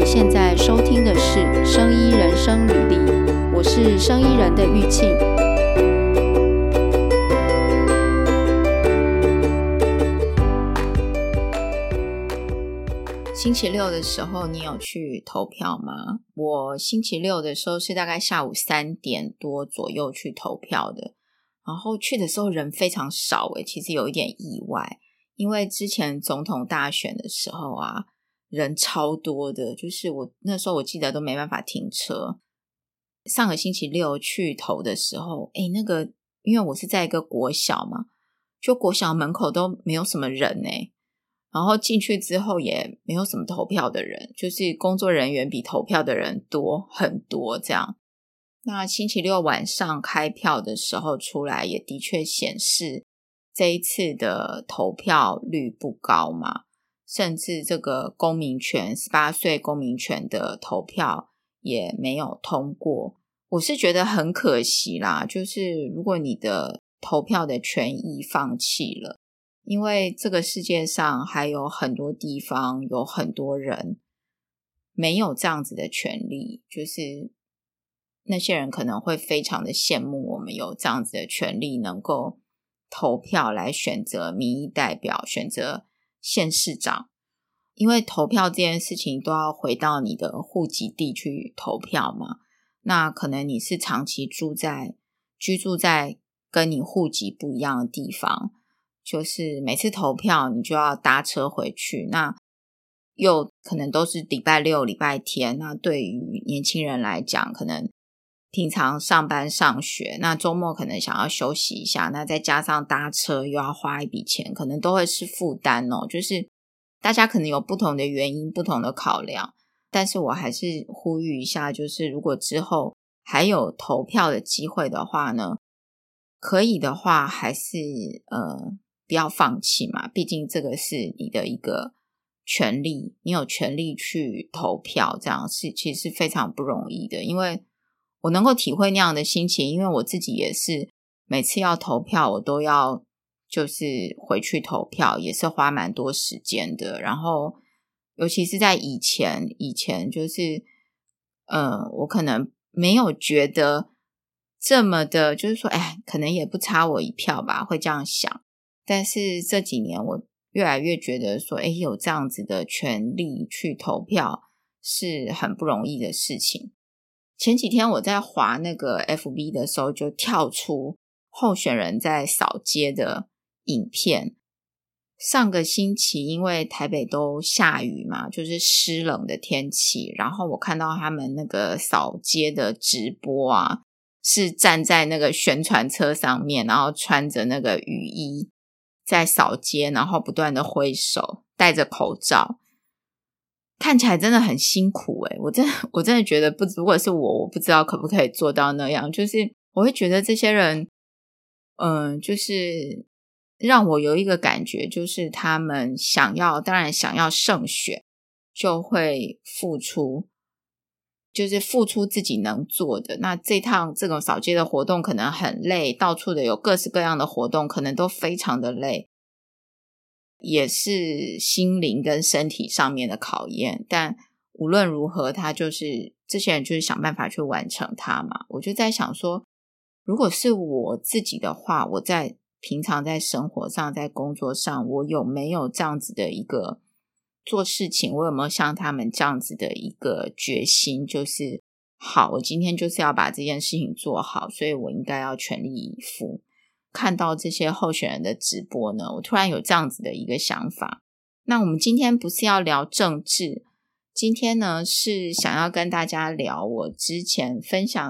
现在收听的是《生医人生履历》，我是生医人的玉庆。星期六的时候你有去投票吗？我星期六的时候是大概下午3点多左右去投票的，然后去的时候人非常少其实有一点意外，因为之前总统大选的时候啊，人超多的，就是我那时候我记得都没办法停车。上个星期六去投的时候，因为我是在一个国小嘛，就国小门口都没有什么人然后进去之后也没有什么投票的人，就是工作人员比投票的人多很多这样。那星期六晚上开票的时候出来，也的确显示这一次的投票率不高嘛，甚至这个公民权18岁公民权的投票也没有通过。我是觉得很可惜啦，就是如果你的投票的权益放弃了，因为这个世界上还有很多地方有很多人没有这样子的权利，就是那些人可能会非常的羡慕我们有这样子的权利，能够投票来选择民意代表，选择县市长。因为投票这件事情都要回到你的户籍地去投票嘛，那可能你是长期居住在跟你户籍不一样的地方，就是每次投票你就要搭车回去，那又可能都是礼拜六礼拜天，那对于年轻人来讲，可能平常上班上学，那周末可能想要休息一下，那再加上搭车又要花一笔钱，可能都会是负担就是大家可能有不同的原因不同的考量，但是我还是呼吁一下，就是如果之后还有投票的机会的话呢，可以的话还是不要放弃嘛，毕竟这个是你的一个权利，你有权利去投票，这样其实是非常不容易的。因为我能够体会那样的心情，因为我自己也是每次要投票我都要就是回去投票，也是花蛮多时间的。然后尤其是在以前就是我可能没有觉得这么的，就是说可能也不差我一票吧，会这样想。但是这几年我越来越觉得说有这样子的权利去投票是很不容易的事情。前几天我在滑那个 FB 的时候，就跳出候选人在扫街的影片。上个星期因为台北都下雨嘛，就是湿冷的天气，然后我看到他们那个扫街的直播啊，是站在那个宣传车上面，然后穿着那个雨衣在扫街，然后不断的挥手，戴着口罩，看起来真的很辛苦我真的觉得如果是我不知道可不可以做到那样，就是我会觉得这些人就是让我有一个感觉，就是他们当然想要胜选，就会付出自己能做的。那这趟这种扫街的活动可能很累，到处的有各式各样的活动，可能都非常的累，也是心灵跟身体上面的考验。但无论如何，这些人就是想办法去完成它嘛。我就在想说，如果是我自己的话，我在平常在生活上在工作上，我有没有这样子的一个做事情，我有没有像他们这样子的一个决心，就是好，我今天就是要把这件事情做好，所以我应该要全力以赴。看到这些候选人的直播呢，我突然有这样子的一个想法。那我们今天不是要聊政治，今天呢是想要跟大家聊我之前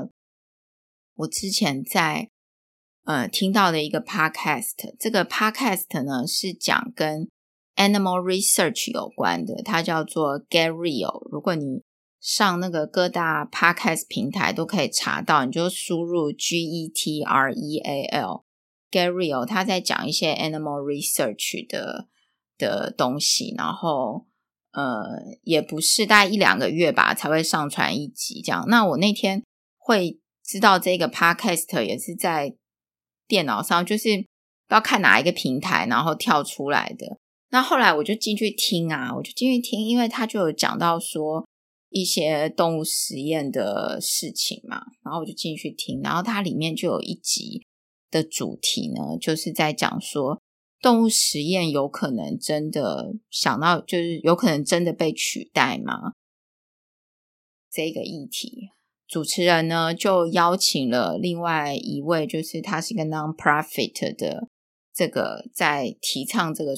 在听到的一个 podcast。 这个 podcast 呢是讲跟 animal research 有关的，它叫做 Get Real。 如果你上那个各大 podcast 平台都可以查到，你就输入 GETREAL Get Real， 它在讲一些 animal research 的东西，然后也不是大概1-2个月吧才会上传一集这样。那我那天会知道这个 podcast 也是在电脑上，就是不知道看哪一个平台然后跳出来的。那后来我就进去听，因为他就有讲到说一些动物实验的事情嘛，然后我就进去听，然后它里面就有一集的主题呢，就是在讲说动物实验有可能真的想到，就是有可能真的被取代吗？这个议题，主持人呢就邀请了另外一位，就是他是一个 non-profit 的这个在提倡这个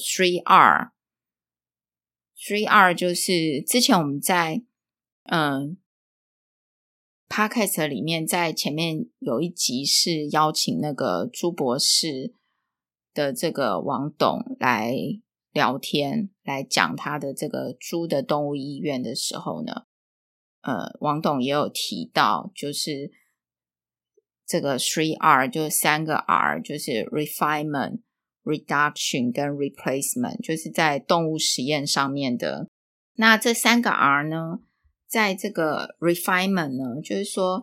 3R。3R 就是之前我们在podcast 里面在前面有一集是邀请那个朱博士的这个王董来聊天，来讲他的这个猪的动物医院的时候呢，王董也有提到，就是这个 3R 就是3个 R， 就是 refinement reduction 跟 replacement， 就是在动物实验上面的。那这3个 R 呢，在这个 refinement 呢，就是说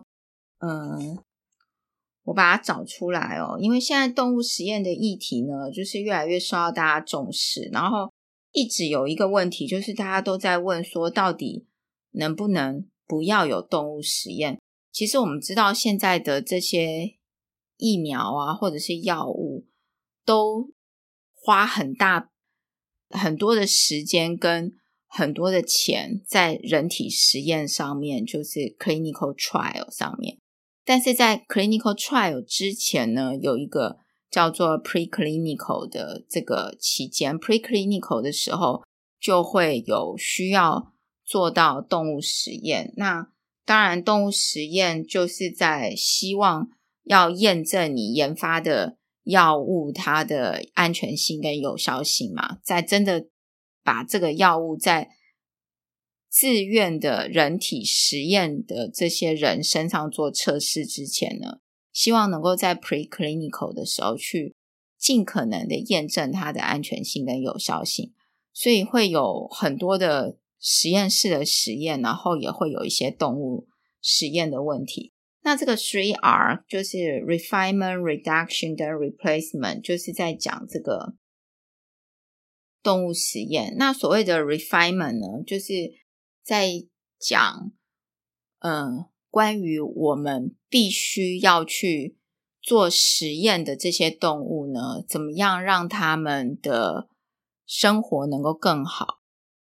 我把它找出来哦，因为现在动物实验的议题呢，就是越来越受到大家重视，然后一直有一个问题，就是大家都在问说，到底能不能不要有动物实验？其实我们知道现在的这些疫苗啊，或者是药物，都花很多的时间跟很多的钱在人体实验上面，就是 clinical trial 上面。但是在 clinical trial 之前呢，有一个叫做 preclinical 的这个期间， preclinical 的时候就会有需要做到动物实验。那当然动物实验就是在希望要验证你研发的药物它的安全性跟有效性嘛，在真的把这个药物在自愿的人体实验的这些人身上做测试之前呢，希望能够在 preclinical 的时候去尽可能的验证它的安全性跟有效性，所以会有很多的实验室的实验，然后也会有一些动物实验的问题。那这个 3R 就是 refinement reduction 跟 replacement， 就是在讲这个动物实验。那所谓的 refinement 呢，就是在讲关于我们必须要去做实验的这些动物呢，怎么样让他们的生活能够更好。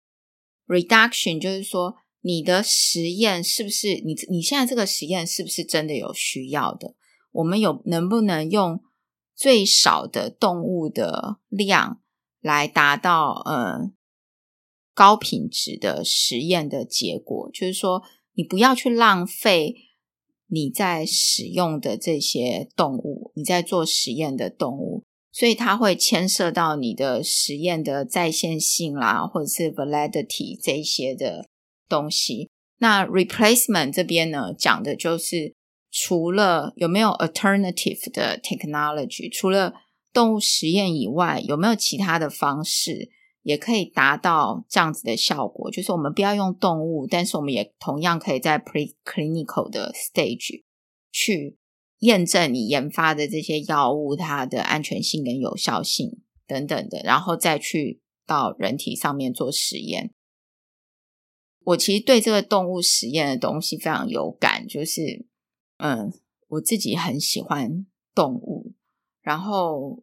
reduction 就是说你的实验是不是你现在这个实验是不是真的有需要的，我们能不能用最少的动物的量来达到高品质的实验的结果，就是说你不要去浪费你在使用的这些动物，你在做实验的动物，所以它会牵涉到你的实验的在线性啦，或者是 validity 这一些的东西。那 replacement 这边呢，讲的就是除了有没有 alternative 的 technology， 除了动物实验以外，有没有其他的方式也可以达到这样子的效果，就是我们不要用动物，但是我们也同样可以在 preclinical 的 stage 去验证你研发的这些药物它的安全性跟有效性等等的，然后再去到人体上面做实验。我其实对这个动物实验的东西非常有感，就是我自己很喜欢动物，然后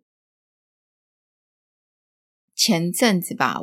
前阵子吧，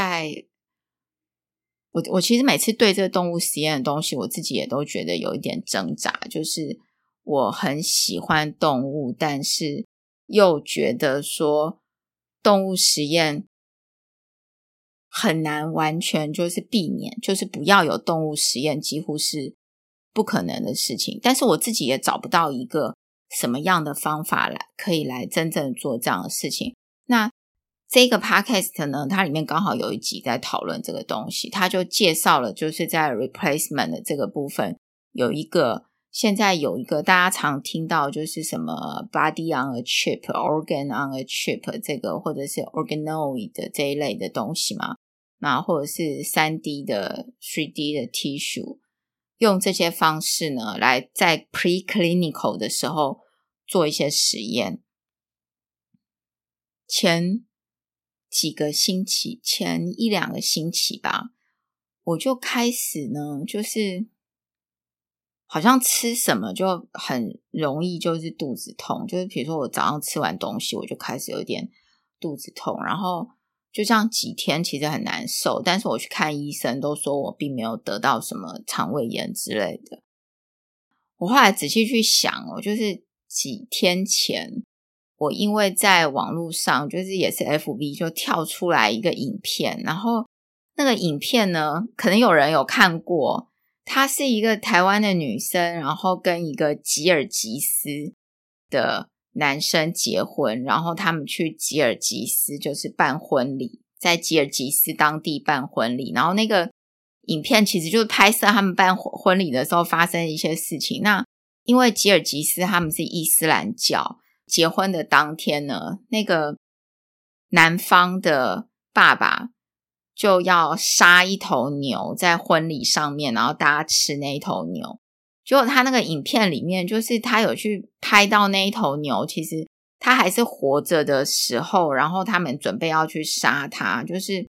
我其实每次对这个动物实验的东西，我自己也都觉得有一点挣扎，就是我很喜欢动物，但是又觉得说动物实验很难完全就是避免，就是不要有动物实验几乎是不可能的事情，但是我自己也找不到一个什么样的方法可以来真正做这样的事情。那这个 podcast 呢，它里面刚好有一集在讨论这个东西，它就介绍了就是在 replacement 的这个部分现在有一个大家常听到就是什么 body on a chip organ on a chip 这个或者是 organoid 的这一类的东西嘛，那或者是 3D 的 3D 的 tissue， 用这些方式呢来在 preclinical 的时候做一些实验。前1-2个星期吧， 我就开始呢，就是好像吃什么就很容易就是肚子痛，就是比如说我早上吃完东西我就开始有点肚子痛，然后就这样几天其实很难受，但是我去看医生都说我并没有得到什么肠胃炎之类的。我后来仔细去想就是几天前我因为在网络上就是也是 FB 就跳出来一个影片，然后那个影片呢可能有人有看过，她是一个台湾的女生，然后跟一个吉尔吉斯的男生结婚，然后他们去吉尔吉斯就是办婚礼，在吉尔吉斯当地办婚礼，然后那个影片其实就是拍摄他们办婚礼的时候发生的一些事情。那因为吉尔吉斯他们是伊斯兰教，结婚的当天呢，那个男方的爸爸就要杀一头牛在婚礼上面，然后大家吃那一头牛。结果他那个影片里面就是他有去拍到那一头牛其实他还是活着的时候，然后他们准备要去杀他，就是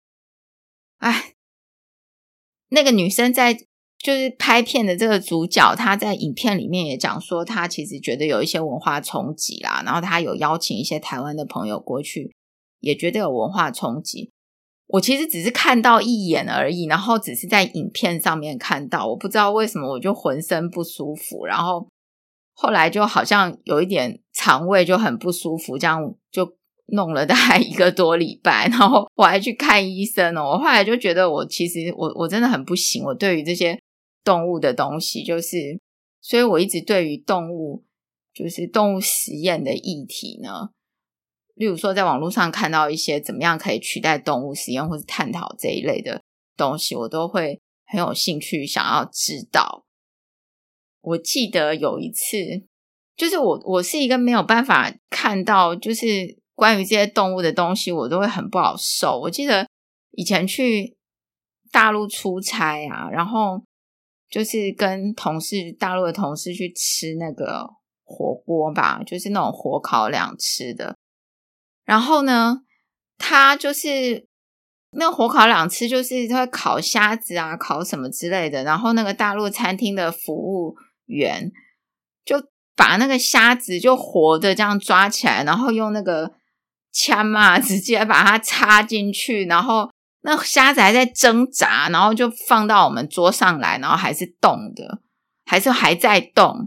那个女生在就是拍片的这个主角，她在影片里面也讲说她其实觉得有一些文化冲击啦，然后她有邀请一些台湾的朋友过去，也觉得有文化冲击。我其实只是看到一眼而已，然后只是在影片上面看到，我不知道为什么我就浑身不舒服，然后后来就好像有一点肠胃就很不舒服，这样就弄了大概1个多礼拜，然后我还去看医生我后来就觉得我其实我真的很不行，我对于这些动物的东西就是所以我一直对于动物就是动物实验的议题呢，例如说在网络上看到一些怎么样可以取代动物实验或是探讨这一类的东西，我都会很有兴趣想要知道。我记得有一次就是我是一个没有办法看到就是关于这些动物的东西我都会很不好受。我记得以前去大陆出差啊，然后就是跟大陆的同事去吃那个火锅吧，就是那种火烤两吃的，然后呢他就是那个火烤两吃就是会烤虾子啊烤什么之类的，然后那个大陆餐厅的服务员就把那个虾子就活的这样抓起来，然后用那个枪啊直接把它插进去，然后那虾子还在挣扎，然后就放到我们桌上来，然后还是动的，还在动。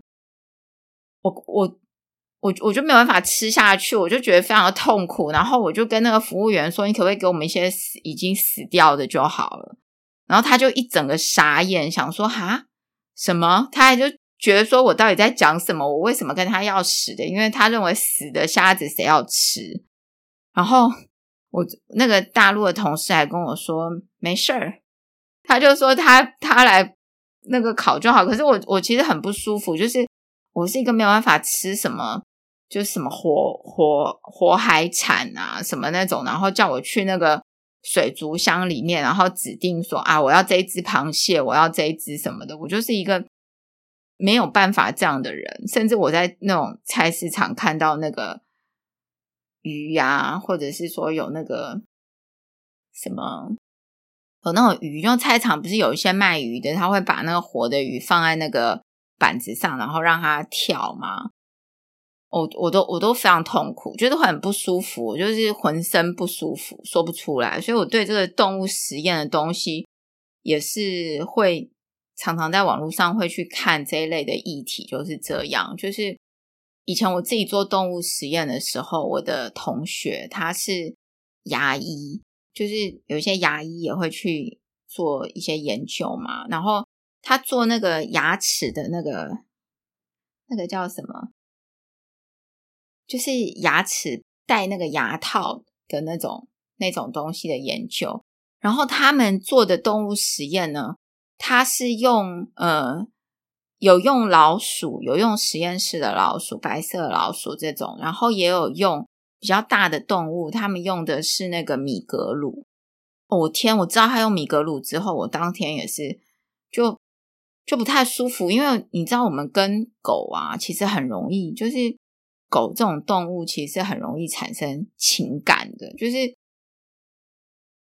我就没有办法吃下去，我就觉得非常的痛苦，然后我就跟那个服务员说，你可不可以给我们一些已经死掉的就好了。然后他就一整个傻眼，想说哈什么，他还就觉得说我到底在讲什么，我为什么跟他要死的，因为他认为死的虾子谁要吃。然后我那个大陆的同事还跟我说没事儿，他就说他来那个烤就好，可是我其实很不舒服，就是我是一个没有办法吃什么就是什么活海产啊什么那种，然后叫我去那个水族箱里面，然后指定说啊我要这一只螃蟹，我要这一只什么的，我就是一个没有办法这样的人。甚至我在那种菜市场看到那个鱼啊，或者是说有那个什么有那种鱼，就菜场不是有一些卖鱼的，他会把那个活的鱼放在那个板子上，然后让它跳吗？我都非常痛苦，觉得很不舒服，我就是浑身不舒服，说不出来。所以我对这个动物实验的东西也是会常常在网络上会去看这一类的议题，就是这样。就是以前我自己做动物实验的时候，我的同学他是牙医，就是有一些牙医也会去做一些研究嘛，然后他做那个牙齿的那个叫什么，就是牙齿戴那个牙套的那种东西的研究。然后他们做的动物实验呢，他是用有用老鼠，有用实验室的老鼠，白色老鼠这种，然后也有用比较大的动物，他们用的是那个米格鲁。我天，我知道他用米格鲁之后，我当天也是就不太舒服，因为你知道我们跟狗啊其实很容易，就是狗这种动物其实很容易产生情感的，就是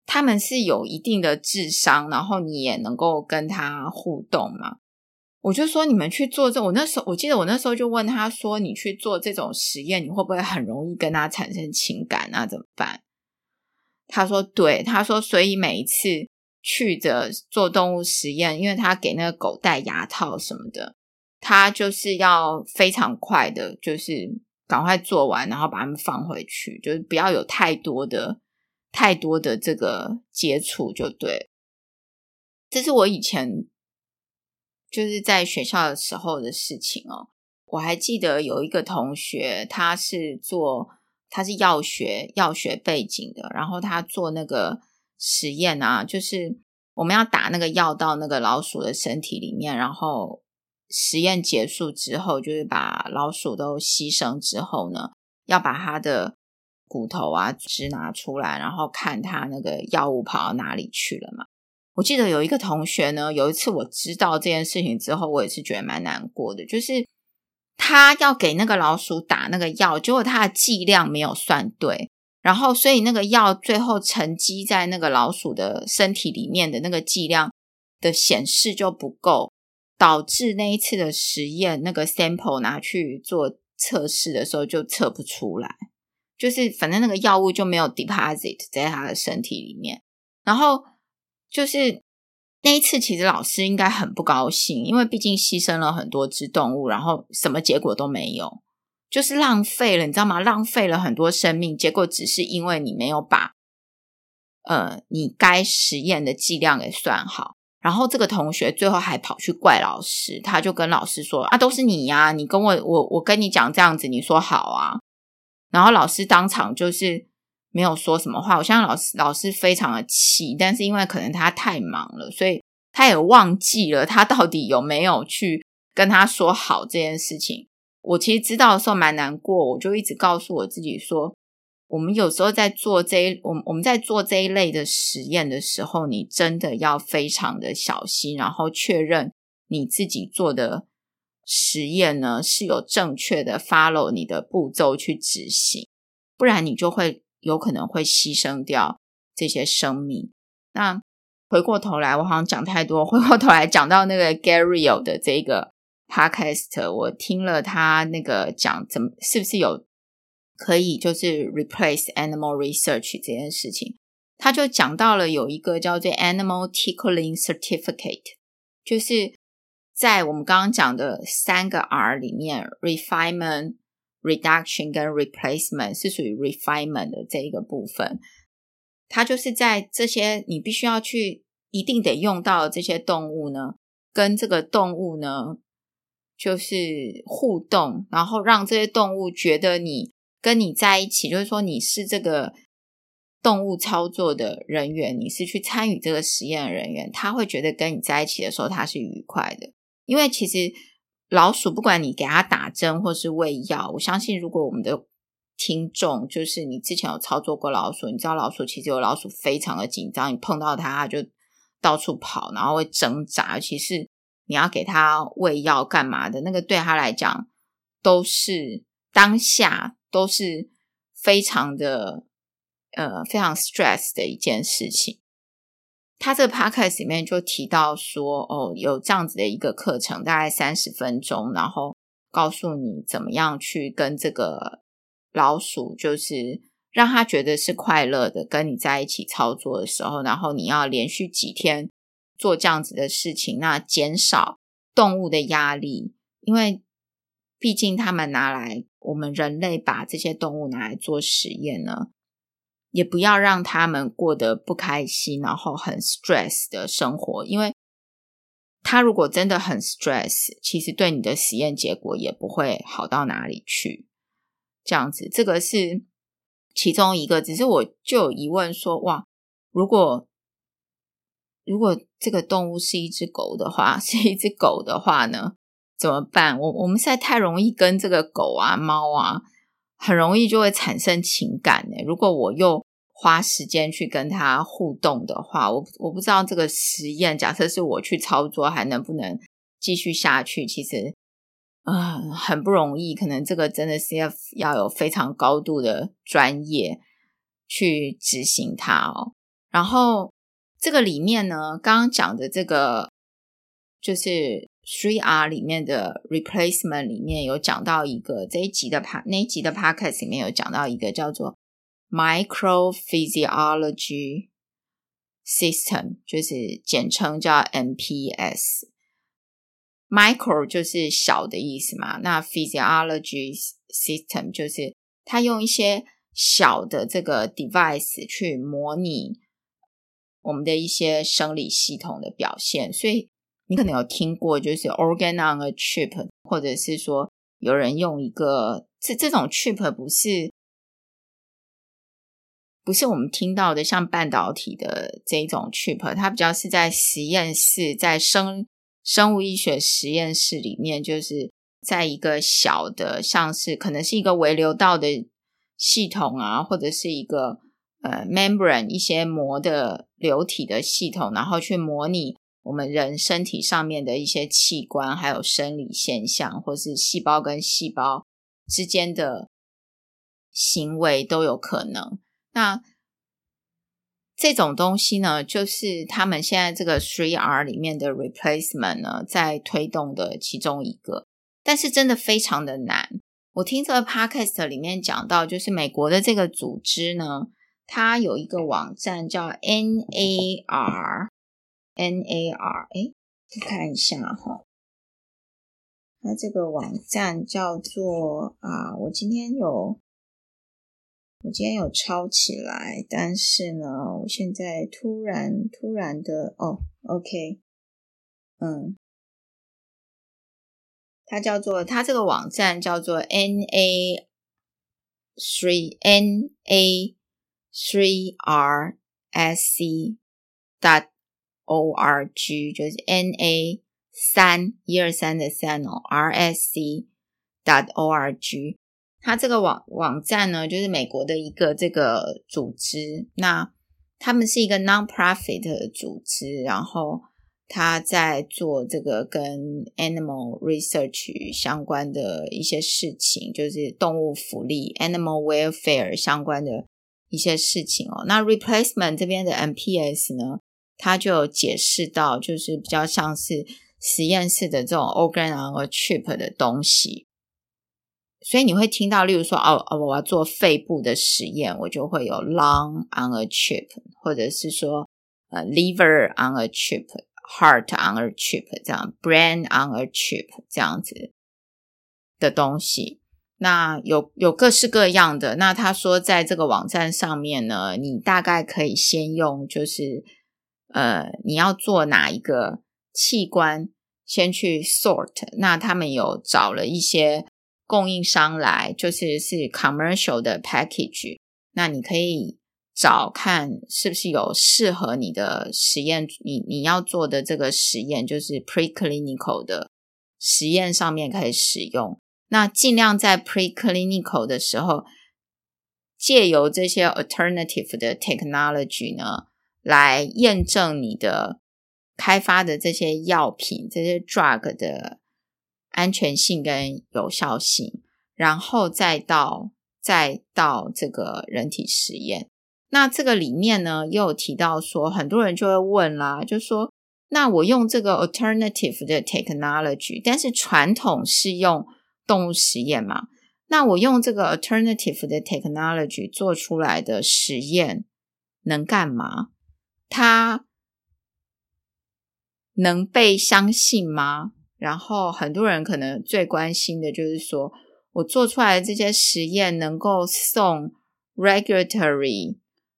他们是有一定的智商，然后你也能够跟他互动嘛。我就说你们去做我记得我那时候就问他说，你去做这种实验，你会不会很容易跟他产生情感啊？怎么办？他说对，他说所以每一次去着做动物实验，因为他给那个狗戴牙套什么的，他就是要非常快的，就是赶快做完，然后把它们放回去，就是不要有太多的这个接触就对了。这是我以前就是在学校的时候的事情哦。我还记得有一个同学，他是药学背景的，然后他做那个实验啊，就是我们要打那个药到那个老鼠的身体里面，然后实验结束之后，就是把老鼠都牺牲之后呢，要把它的骨头啊汁拿出来，然后看它那个药物跑到哪里去了嘛。我记得有一个同学呢，有一次我知道这件事情之后，我也是觉得蛮难过的，就是他要给那个老鼠打那个药，结果他的剂量没有算对，然后所以那个药最后沉积在那个老鼠的身体里面的那个剂量的显示就不够，导致那一次的实验那个 sample 拿去做测试的时候就测不出来，就是反正那个药物就没有 deposit 在他的身体里面。然后就是那一次其实老师应该很不高兴，因为毕竟牺牲了很多只动物，然后什么结果都没有，就是浪费了，你知道吗？浪费了很多生命，结果只是因为你没有把你该实验的剂量给算好。然后这个同学最后还跑去怪老师，他就跟老师说啊，都是你呀，你跟我跟你讲这样子，你说好啊。然后老师当场就是没有说什么话，我相信老师非常的气，但是因为可能他太忙了，所以他也忘记了他到底有没有去跟他说好这件事情。我其实知道的时候蛮难过，我就一直告诉我自己说，我们有时候在做我们在做这一类的实验的时候，你真的要非常的小心，然后确认你自己做的实验呢是有正确的 follow 你的步骤去执行，不然你就会有可能会牺牲掉这些生命。那回过头来我好像讲太多，回过头来讲到那个 Gary 的这个 podcast， 我听了他那个讲是不是有可以就是 replace animal research 这件事情，他就讲到了有一个叫做 animal tickling certificate， 就是在我们刚刚讲的3个 R 里面 refinement reduction 跟 replacement 是属于 refinement 的这一个部分，它就是在这些你必须要去一定得用到的这些动物呢，跟这个动物呢就是互动，然后让这些动物觉得你跟你在一起，就是说你是这个动物操作的人员，你是去参与这个实验的人员，他会觉得跟你在一起的时候他是愉快的。因为其实老鼠不管你给它打针或是喂药，我相信如果我们的听众就是你之前有操作过老鼠，你知道老鼠其实有老鼠非常的紧张，你碰到它就到处跑，然后会挣扎，尤其是你要给它喂药干嘛的，那个对它来讲都是当下都是非常的非常 stress 的一件事情。他这个 podcast 里面就提到说有这样子的一个课程，大概30分钟，然后告诉你怎么样去跟这个老鼠，就是让他觉得是快乐的跟你在一起操作的时候，然后你要连续几天做这样子的事情，那减少动物的压力，因为毕竟他们我们人类把这些动物拿来做实验呢，也不要让他们过得不开心，然后很 stress 的生活，因为他如果真的很 stress， 其实对你的实验结果也不会好到哪里去。这样子，这个是其中一个，只是我就有疑问说，哇，如果这个动物是一只狗的话呢，怎么办？我们实在太容易跟这个狗啊猫啊很容易就会产生情感耶。如果我又花时间去跟它互动的话，我不知道这个实验假设是我去操作还能不能继续下去，其实很不容易，可能这个真的是要有非常高度的专业去执行它哦。 然后这个里面呢，刚刚讲的这个就是 3R 里面的 replacement 里面有讲到一个，那一集的 podcast 里面有讲到一个叫做 microphysiology system， 就是简称叫 MPS。 micro 就是小的意思嘛，那 physiology system 就是它用一些小的这个 device 去模拟我们的一些生理系统的表现。所以你可能有听过就是 organ on a chip， 或者是说有人用一个这种 chip 不是我们听到的像半导体的这种 chip， 它比较是在实验室，在生物医学实验室里面，就是在一个小的像是可能是一个微流道的系统啊，或者是一个membrane 一些膜的流体的系统，然后去模拟我们人身体上面的一些器官还有生理现象，或是细胞跟细胞之间的行为都有可能。那这种东西呢，就是他们现在这个 3R 里面的 replacement 呢在推动的其中一个，但是真的非常的难。我听这个 podcast 里面讲到，就是美国的这个组织呢，它有一个网站叫 NAR，看一下齁，它这个网站叫做我今天有抄起来，但是呢我现在突然的OK， 它这个网站叫做 NA3RSC.org， 就是 NA3 123的3RSC.org。 它这个网站呢，就是美国的一个这个组织，那他们是一个 non-profit 的组织，然后他在做这个跟 animal research 相关的一些事情，就是动物福利 animal welfare 相关的一些事情那 replacement 这边的 MPS 呢，他就有解释到，就是比较像是实验室的这种 organ on a chip 的东西。所以你会听到例如说我要做肺部的实验，我就会有 lung on a chip， 或者是说liver on a chip， heart on a chip， 这样 brain on a chip 这样子的东西。那有各式各样的。那他说在这个网站上面呢，你大概可以先用就是你要做哪一个器官先去 sort， 那他们有找了一些供应商来，就是commercial 的 package， 那你可以找看是不是有适合你的实验，你要做的这个实验就是 preclinical 的实验上面可以使用。那尽量在 preclinical 的时候借由这些 alternative 的 technology 呢，来验证你的开发的这些药品这些 drug 的安全性跟有效性，然后再到这个人体实验。那这个里面呢又有提到说，很多人就会问啦，就说那我用这个 alternative 的 technology， 但是传统是用动物实验嘛，那我用这个 alternative 的 technology 做出来的实验能干嘛？它能被相信吗？然后很多人可能最关心的就是说，我做出来的这些实验能够送 regulatory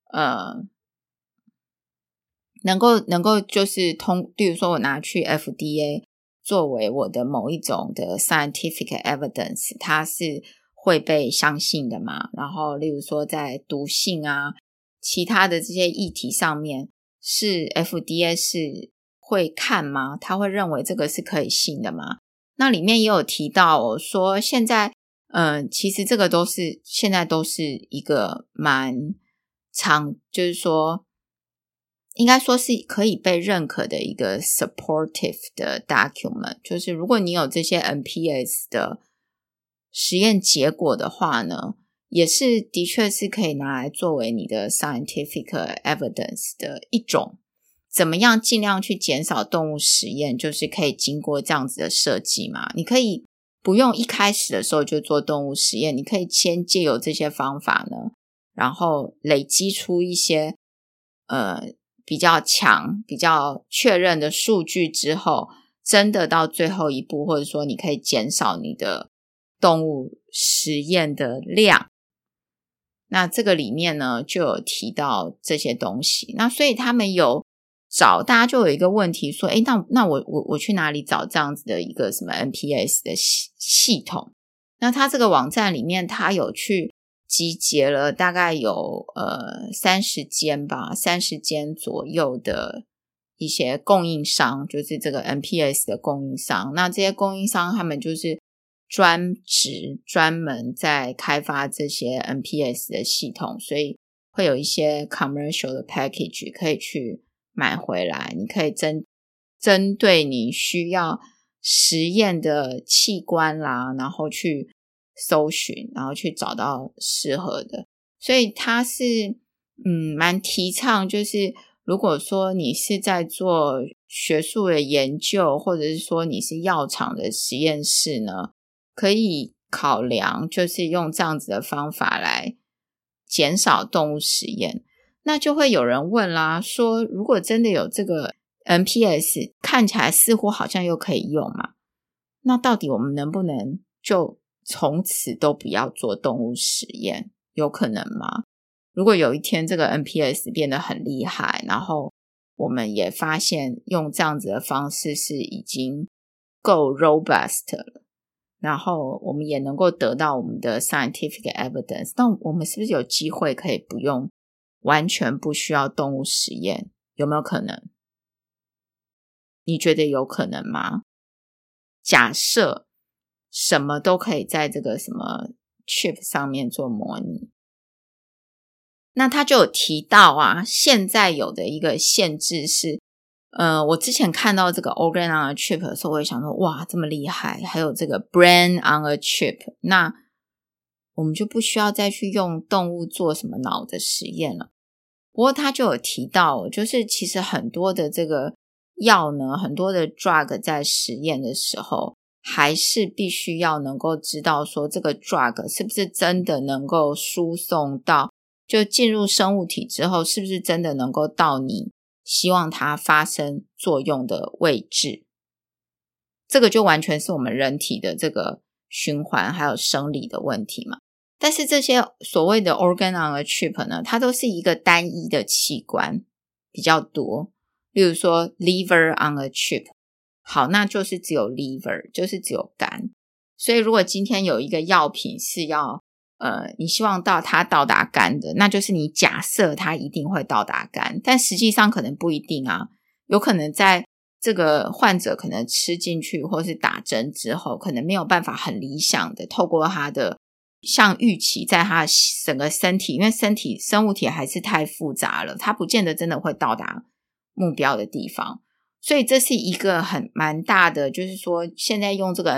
能够就是比如说我拿去 FDA 作为我的某一种的 scientific evidence， 它是会被相信的嘛？然后例如说在毒性啊其他的这些议题上面，是 FDA 是会看吗？他会认为这个是可以信的吗？那里面也有提到说现在其实这个现在都是一个蛮常，就是说应该说是可以被认可的一个 supportive 的 document， 就是如果你有这些 MPS 的实验结果的话呢， 也是的确是可以拿来作为你的 scientific evidence 的一种。怎么样尽量去减少动物实验，就是可以经过这样子的设计嘛。你可以不用一开始的时候就做动物实验，你可以先借由这些方法呢，然后累积出一些比较强比较确认的数据之后，真的到最后一步，或者说你可以减少你的动物实验的量。那这个里面呢就有提到这些东西。那所以他们有找，大家就有一个问题说，那我去哪里找这样子的一个什么 NPS 的系统？那他这个网站里面他有去集结了大概有30间吧，30间左右的一些供应商，就是这个 NPS 的供应商。那这些供应商他们就是专门在开发这些 NPS 的系统，所以会有一些 commercial 的 package 可以去买回来，你可以针对你需要实验的器官啦，然后去搜寻，然后去找到适合的。所以它是蛮提倡，就是如果说你是在做学术的研究，或者是说你是药厂的实验室呢，可以考量就是用这样子的方法来减少动物实验。那就会有人问啦，说如果真的有这个 NPS 看起来似乎好像又可以用嘛，那到底我们能不能就从此都不要做动物实验？有可能吗？如果有一天这个 NPS 变得很厉害，然后我们也发现用这样子的方式是已经够 robust 了，然后我们也能够得到我们的 scientific evidence， 那我们是不是有机会可以不用完全不需要动物实验？有没有可能？你觉得有可能吗？假设什么都可以在这个什么 chip 上面做模拟，那他就有提到啊，现在有的一个限制是我之前看到这个 organ on a chip 的时候，我也想说哇这么厉害，还有这个 brain on a chip， 那我们就不需要再去用动物做什么脑的实验了。不过他就有提到，就是其实很多的这个药呢，很多的 drug 在实验的时候还是必须要能够知道说这个 drug 是不是真的能够输送到，就进入生物体之后是不是真的能够到你希望它发生作用的位置。这个就完全是我们人体的这个循环还有生理的问题嘛。但是这些所谓的 organ on a chip 呢，它都是一个单一的器官比较多，例如说 liver on a chip， 好，那就是只有 liver， 就是只有肝。所以如果今天有一个药品是要你希望它到达肝的，那就是你假设它一定会到达肝，但实际上可能不一定啊，有可能在这个患者可能吃进去或是打针之后，可能没有办法很理想的透过他的像预期在他整个身体，因为身体生物体还是太复杂了，它不见得真的会到达目标的地方。所以这是一个蛮大的，就是说现在用这个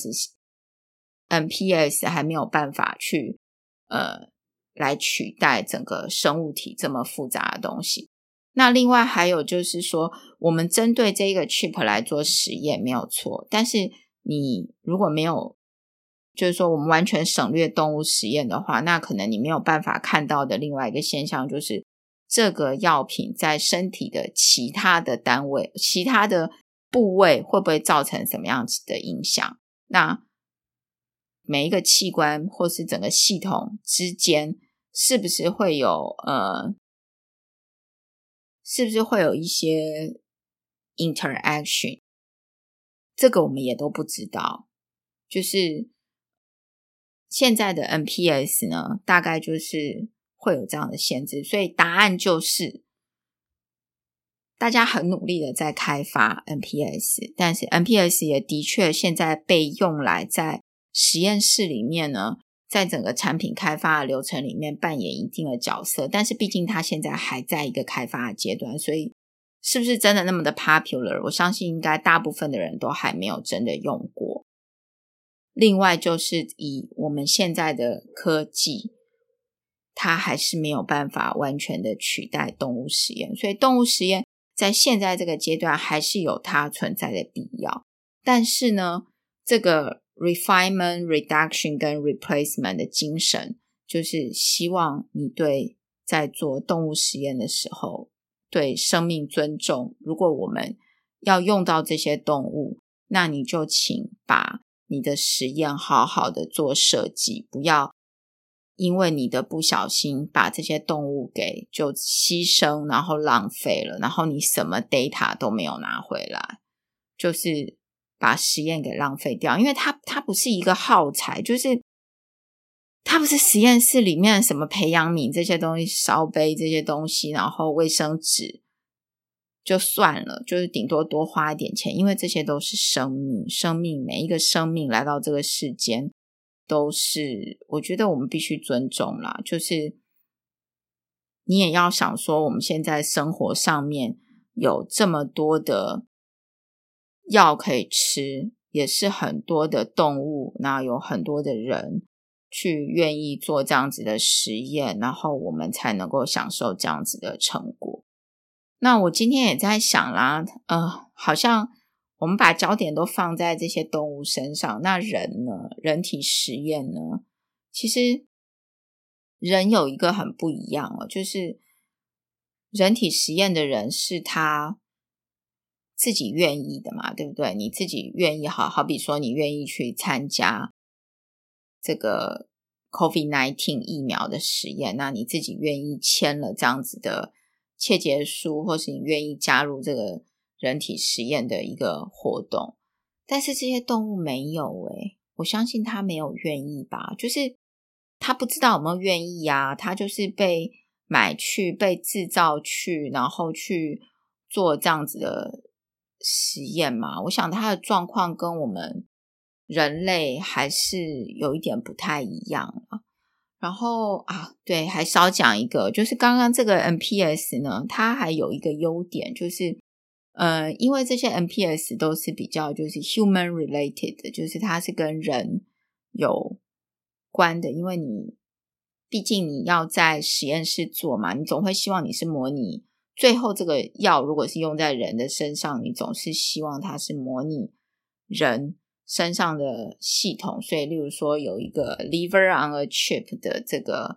NPS 还没有办法去来取代整个生物体这么复杂的东西。那另外还有就是说，我们针对这个 chip 来做实验没有错，但是你如果没有，就是说我们完全省略动物实验的话，那可能你没有办法看到的另外一个现象就是这个药品在身体的其他的单位其他的部位会不会造成什么样子的影响。那每一个器官或是整个系统之间是不是会有一些 interaction， 这个我们也都不知道。就是现在的 NPS 呢，大概就是会有这样的限制，所以答案就是大家很努力的在开发 NPS， 但是 NPS 也的确现在被用来在实验室里面呢，在整个产品开发的流程里面扮演一定的角色，但是毕竟它现在还在一个开发的阶段，所以是不是真的那么的 popular， 我相信应该大部分的人都还没有真的用过。另外就是以我们现在的科技， 它还是没有办法完全的取代动物实验，所以动物实验在现在这个阶段还是有它存在的必要。但是呢，这个 refinement, reduction 跟 replacement 的精神，就是希望你在做动物实验的时候对生命尊重，如果我们要用到这些动物，那你就请把你的实验好好的做设计，不要因为你的不小心把这些动物给就牺牲然后浪费了，然后你什么 data 都没有拿回来，就是把实验给浪费掉。因为它不是一个耗材，就是它不是实验室里面什么培养皿这些东西，烧杯这些东西，然后卫生纸就算了，就是顶多多花一点钱。因为这些都是生命，每一个生命来到这个世间都是，我觉得我们必须尊重啦。就是你也要想说，我们现在生活上面有这么多的药可以吃，也是很多的动物，那有很多的人去愿意做这样子的实验，然后我们才能够享受这样子的成果。那我今天也在想啦，好像我们把焦点都放在这些动物身上，那人呢？人体实验呢？其实人有一个很不一样就是人体实验的人是他自己愿意的嘛，对不对？你自己愿意，好比说你愿意去参加这个 COVID-19 疫苗的实验，那你自己愿意签了这样子的切结书，或是你愿意加入这个人体实验的一个活动。但是这些动物没有我相信他没有愿意吧，就是他不知道有没有愿意啊，他就是被买去，被制造去，然后去做这样子的实验嘛。我想他的状况跟我们人类还是有一点不太一样啊。然后对，还少讲一个，就是刚刚这个 NPS 呢，它还有一个优点，就是因为这些 NPS 都是比较就是 human related 的，就是它是跟人有关的。因为毕竟你要在实验室做嘛，你总会希望你是模拟，最后这个药如果是用在人的身上，你总是希望它是模拟人身上的系统。所以例如说有一个 liver on a chip 的这个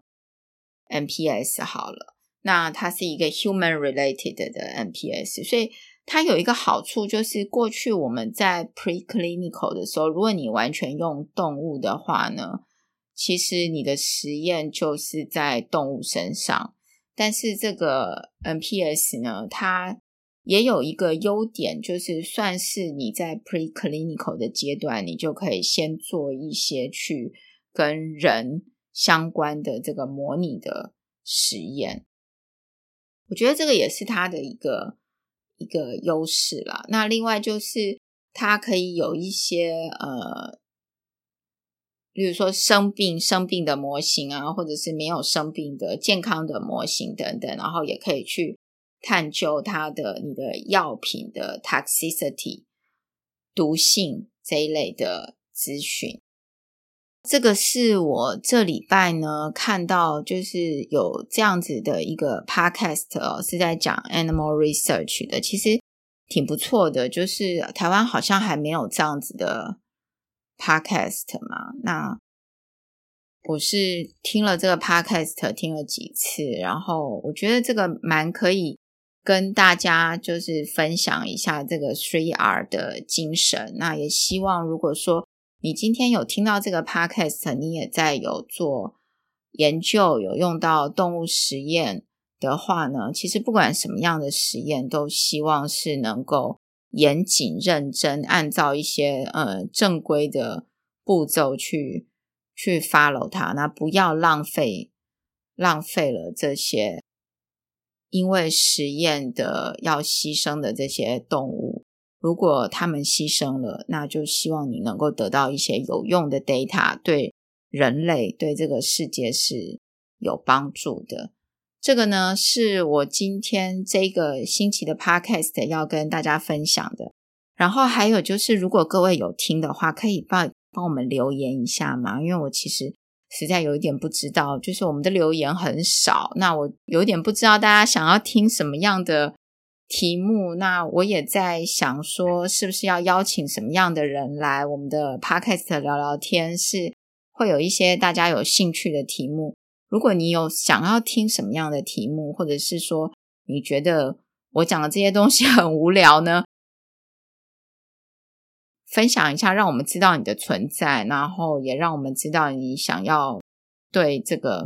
NPS 好了，那它是一个 human related 的 NPS， 所以它有一个好处，就是过去我们在 preclinical 的时候，如果你完全用动物的话呢，其实你的实验就是在动物身上。但是这个 NPS 呢，它也有一个优点，就是算是你在 preclinical 的阶段，你就可以先做一些去跟人相关的这个模拟的实验。我觉得这个也是它的一个优势啦。那另外就是它可以有一些例如说生病的模型啊，或者是没有生病的健康的模型等等，然后也可以去探究你的药品的 toxicity 毒性这一类的资讯。这个是我这礼拜呢看到，就是有这样子的一个 podcast 是在讲 animal research 的，其实挺不错的，就是台湾好像还没有这样子的 podcast 嘛。那我是听了这个 podcast 听了几次，然后我觉得这个蛮可以跟大家就是分享一下这个 3R 的精神。那也希望如果说你今天有听到这个 podcast， 你也在有做研究，有用到动物实验的话呢，其实不管什么样的实验都希望是能够严谨认真，按照一些正规的步骤去 follow 它，那不要浪费了这些因为实验的要牺牲的这些动物。如果他们牺牲了，那就希望你能够得到一些有用的 data， 对人类对这个世界是有帮助的。这个呢是我今天这个星期的 podcast 要跟大家分享的。然后还有就是如果各位有听的话，可以帮我们留言一下嘛，因为我其实实在有一点不知道，就是我们的留言很少，那我有一点不知道大家想要听什么样的题目，那我也在想说是不是要邀请什么样的人来我们的 podcast 聊聊天，是会有一些大家有兴趣的题目。如果你有想要听什么样的题目，或者是说你觉得我讲的这些东西很无聊呢，分享一下，让我们知道你的存在，然后也让我们知道你想要对这个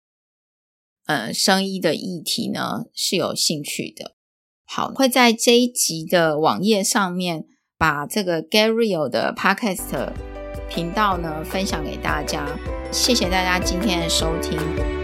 生医的议题呢是有兴趣的。好，会在这一集的网页上面把这个 Get Real 的 Podcast 频道呢分享给大家。谢谢大家今天的收听。